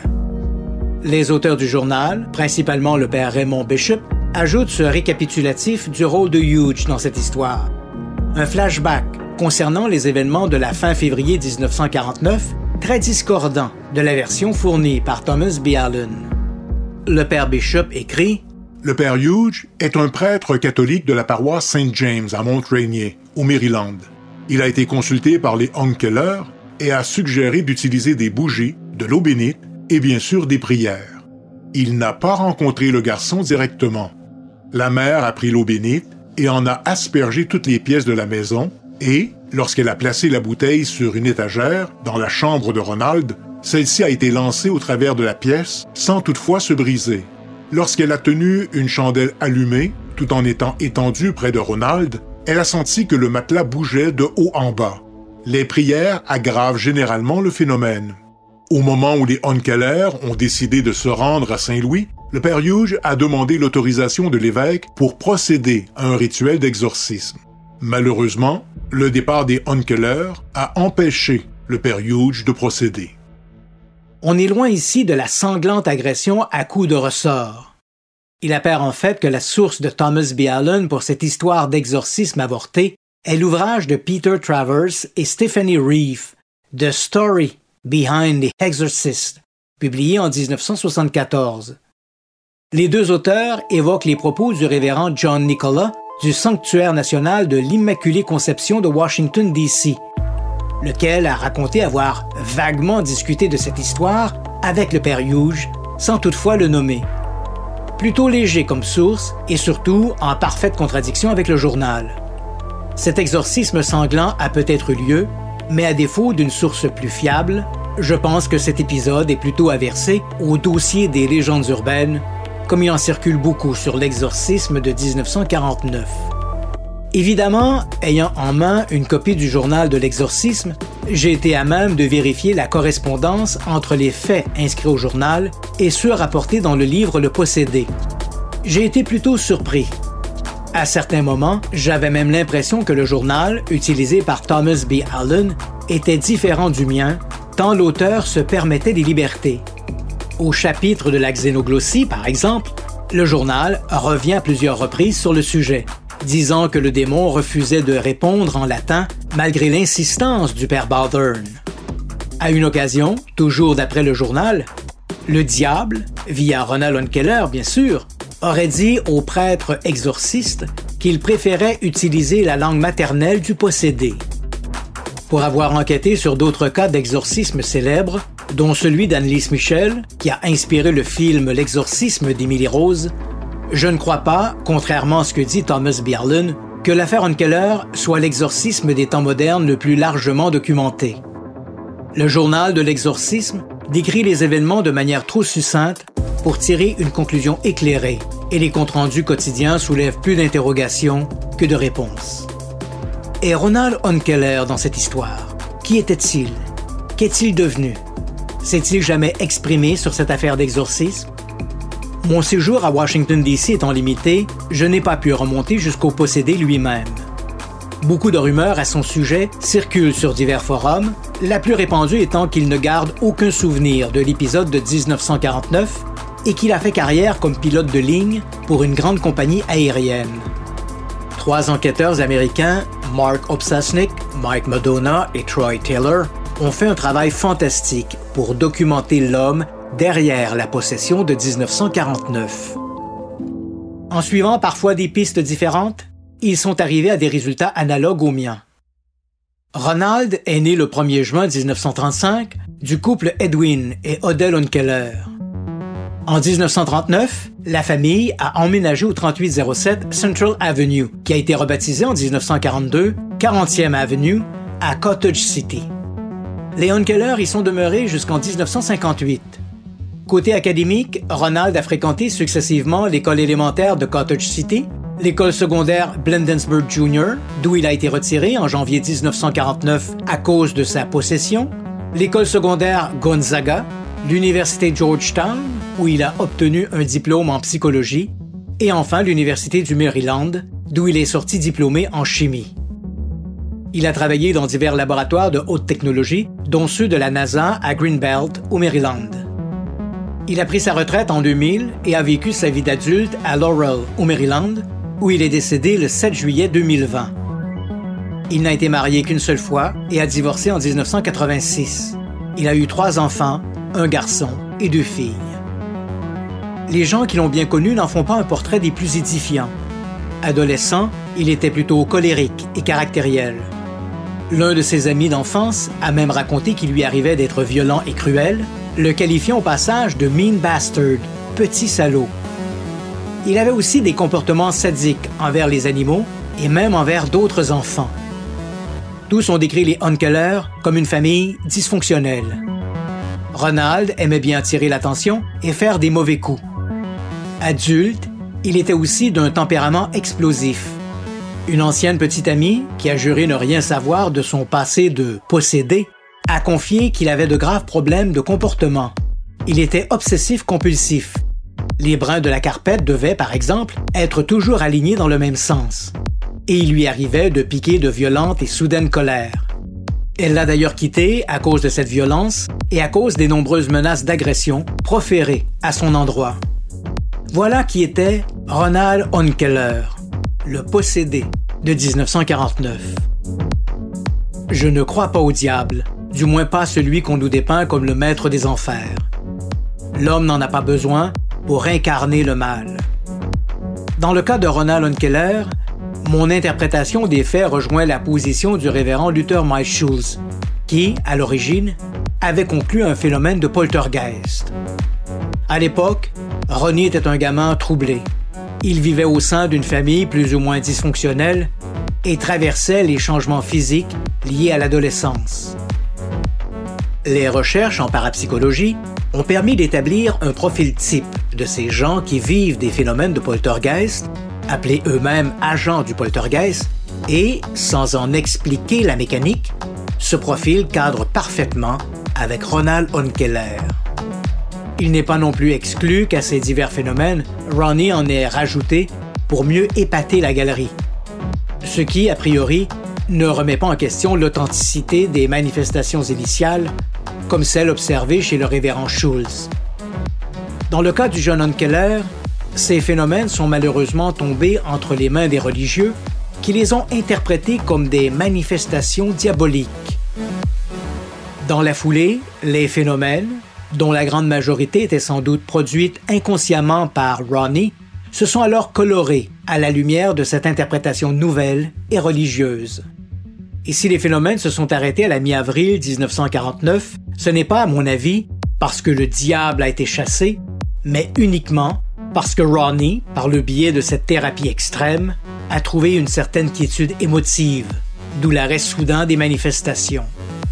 Les auteurs du journal, principalement le père Raymond Bishop, ajoutent ce récapitulatif du rôle de Hughes dans cette histoire. Un flashback concernant les événements de la fin février 1949, très discordant de la version fournie par Thomas B. Allen. Le père Bishop écrit « Le père Hughes est un prêtre catholique de la paroisse Saint James à Mount Rainier, au Maryland. Il a été consulté par les Unkeler et a suggéré d'utiliser des bougies, de l'eau bénite et bien sûr des prières. Il n'a pas rencontré le garçon directement. La mère a pris l'eau bénite et en a aspergé toutes les pièces de la maison et, lorsqu'elle a placé la bouteille sur une étagère dans la chambre de Ronald, celle-ci a été lancée au travers de la pièce sans toutefois se briser. Lorsqu'elle a tenu une chandelle allumée, tout en étant étendue près de Ronald, elle a senti que le matelas bougeait de haut en bas. Les prières aggravent généralement le phénomène. Au moment où les Unkeler ont décidé de se rendre à Saint-Louis, le père Hughes a demandé l'autorisation de l'évêque pour procéder à un rituel d'exorcisme. Malheureusement, le départ des Unkeler a empêché le père Hughes de procéder. On est loin ici de la sanglante agression à coups de ressort. Il apparaît en fait que la source de Thomas B. Allen pour cette histoire d'exorcisme avorté est l'ouvrage de Peter Travers et Stephanie Reeve, The Story Behind the Exorcist, publié en 1974. Les 2 auteurs évoquent les propos du révérend John Nicola du Sanctuaire national de l'Immaculée Conception de Washington, D.C., lequel a raconté avoir vaguement discuté de cette histoire avec le père Hughes, sans toutefois le nommer. Plutôt léger comme source et surtout en parfaite contradiction avec le journal. Cet exorcisme sanglant a peut-être eu lieu, mais à défaut d'une source plus fiable, je pense que cet épisode est plutôt à verser au dossier des légendes urbaines, comme il en circule beaucoup sur l'exorcisme de 1949. Évidemment, ayant en main une copie du journal de l'exorcisme, j'ai été à même de vérifier la correspondance entre les faits inscrits au journal et ceux rapportés dans le livre Le Possédé. J'ai été plutôt surpris. À certains moments, j'avais même l'impression que le journal, utilisé par Thomas B. Allen, était différent du mien, tant l'auteur se permettait des libertés. Au chapitre de la xénoglossie, par exemple, le journal revient à plusieurs reprises sur le sujet, disant que le démon refusait de répondre en latin malgré l'insistance du père Baldwin. À une occasion, toujours d'après le journal, le diable, via Ronald Unkeler bien sûr, aurait dit au prêtre exorciste qu'il préférait utiliser la langue maternelle du possédé. Pour avoir enquêté sur d'autres cas d'exorcisme célèbres, dont celui d'Annelise Michel, qui a inspiré le film L'exorcisme d'Emily Rose, je ne crois pas, contrairement à ce que dit Thomas B. Allen, que l'affaire Unkeler soit l'exorcisme des temps modernes le plus largement documenté. Le journal de l'exorcisme décrit les événements de manière trop succincte pour tirer une conclusion éclairée, et les comptes rendus quotidiens soulèvent plus d'interrogations que de réponses. Et Ronald Unkeler dans cette histoire, qui était-il? Qu'est-il devenu? S'est-il jamais exprimé sur cette affaire d'exorcisme? Mon séjour à Washington, D.C. étant limité, je n'ai pas pu remonter jusqu'au possédé lui-même. Beaucoup de rumeurs à son sujet circulent sur divers forums, la plus répandue étant qu'il ne garde aucun souvenir de l'épisode de 1949 et qu'il a fait carrière comme pilote de ligne pour une grande compagnie aérienne. 3 enquêteurs américains, Mark Obsasnik, Mike Madonna et Troy Taylor, ont fait un travail fantastique pour documenter l'homme derrière la possession de 1949. En suivant parfois des pistes différentes, ils sont arrivés à des résultats analogues aux miens. Ronald est né le 1er juin 1935 du couple Edwin et Odell Unkeler. En 1939, la famille a emménagé au 3807 Central Avenue, qui a été rebaptisé en 1942 40e Avenue à Cottage City. Les Unkeler y sont demeurés jusqu'en 1958. Côté académique, Ronald a fréquenté successivement l'école élémentaire de Cottage City, l'école secondaire Bladensburg Jr., d'où il a été retiré en janvier 1949 à cause de sa possession, l'école secondaire Gonzaga, l'université Georgetown, où il a obtenu un diplôme en psychologie, et enfin l'université du Maryland, d'où il est sorti diplômé en chimie. Il a travaillé dans divers laboratoires de haute technologie, dont ceux de la NASA à Greenbelt, au Maryland. Il a pris sa retraite en 2000 et a vécu sa vie d'adulte à Laurel, au Maryland, où il est décédé le 7 juillet 2020. Il n'a été marié qu'une seule fois et a divorcé en 1986. Il a eu 3 enfants, un garçon et 2 filles. Les gens qui l'ont bien connu n'en font pas un portrait des plus édifiants. Adolescent, il était plutôt colérique et caractériel. L'un de ses amis d'enfance a même raconté qu'il lui arrivait d'être violent et cruel, le qualifiant au passage de « mean bastard », petit salaud. Il avait aussi des comportements sadiques envers les animaux et même envers d'autres enfants. Tous ont décrit les Unkeler comme une famille dysfonctionnelle. Ronald aimait bien attirer l'attention et faire des mauvais coups. Adulte, il était aussi d'un tempérament explosif. Une ancienne petite amie, qui a juré ne rien savoir de son passé de possédé, a confié qu'il avait de graves problèmes de comportement. Il était obsessif-compulsif. Les brins de la carpette devaient, par exemple, être toujours alignés dans le même sens. Et il lui arrivait de piquer de violentes et soudaines colères. Elle l'a d'ailleurs quitté à cause de cette violence et à cause des nombreuses menaces d'agression proférées à son endroit. Voilà qui était Ronald Unkeler, le possédé de 1949. Je ne crois pas au diable, du moins pas celui qu'on nous dépeint comme le maître des enfers. L'homme n'en a pas besoin pour incarner le mal. Dans le cas de Ronald Unkeler, mon interprétation des faits rejoint la position du révérend Luther Miles Schulz, qui, à l'origine, avait conclu un phénomène de poltergeist. À l'époque, Ronnie était un gamin troublé. Il vivait au sein d'une famille plus ou moins dysfonctionnelle et traversait les changements physiques liés à l'adolescence. Les recherches en parapsychologie ont permis d'établir un profil type de ces gens qui vivent des phénomènes de poltergeist, appelés eux-mêmes agents du poltergeist, et, sans en expliquer la mécanique, ce profil cadre parfaitement avec Ronald Unkeler. Il n'est pas non plus exclu qu'à ces divers phénomènes, Ronnie en ait rajouté pour mieux épater la galerie. Ce qui, a priori, ne remet pas en question l'authenticité des manifestations initiales, comme celle observée chez le révérend Schulz. Dans le cas du jeune Unkeler, ces phénomènes sont malheureusement tombés entre les mains des religieux qui les ont interprétés comme des manifestations diaboliques. Dans la foulée, les phénomènes, dont la grande majorité était sans doute produite inconsciemment par Ronnie, se sont alors colorés à la lumière de cette interprétation nouvelle et religieuse. Et si les phénomènes se sont arrêtés à la mi-avril 1949, ce n'est pas, à mon avis, parce que le diable a été chassé, mais uniquement parce que Ronnie, par le biais de cette thérapie extrême, a trouvé une certaine quiétude émotive, d'où l'arrêt soudain des manifestations.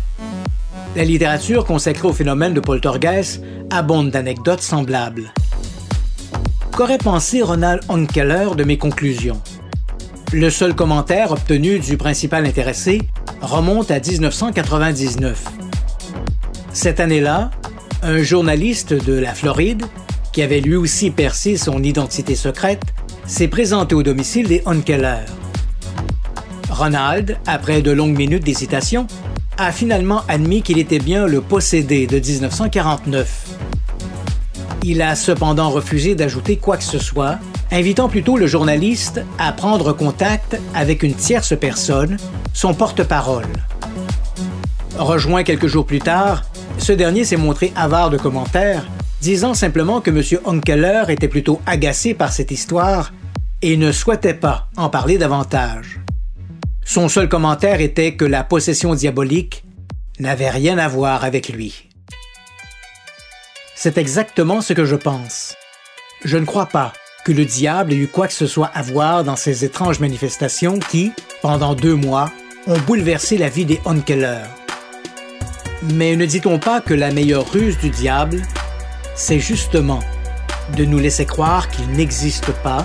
La littérature consacrée au phénomène de poltergeist abonde d'anecdotes semblables. Qu'aurait pensé Ronald Unkeler de mes conclusions? Le seul commentaire obtenu du principal intéressé remonte à 1999. Cette année-là, Un journaliste de la Floride, qui avait lui aussi percé son identité secrète, s'est présenté au domicile des Unkeler. Ronald, après de longues minutes d'hésitation, a finalement admis qu'il était bien le possédé de 1949. Il a cependant refusé d'ajouter quoi que ce soit, invitant plutôt le journaliste à prendre contact avec une tierce personne, son porte-parole. Rejoint quelques jours plus tard, ce dernier s'est montré avare de commentaires, disant simplement que M. Unkeler était plutôt agacé par cette histoire et ne souhaitait pas en parler davantage. Son seul commentaire était que la possession diabolique n'avait rien à voir avec lui. C'est exactement ce que je pense. Je ne crois pas que le diable ait eu quoi que ce soit à voir dans ces étranges manifestations qui, pendant 2 mois, ont bouleversé la vie des Unkeler. Mais ne dit-on pas que la meilleure ruse du diable, c'est justement de nous laisser croire qu'il n'existe pas?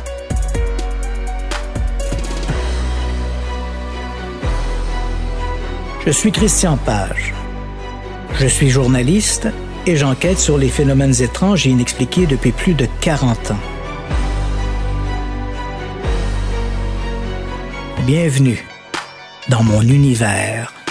Je suis Christian Page. Je suis journaliste et j'enquête sur les phénomènes étranges et inexpliqués depuis plus de 40 ans. Bienvenue dans mon univers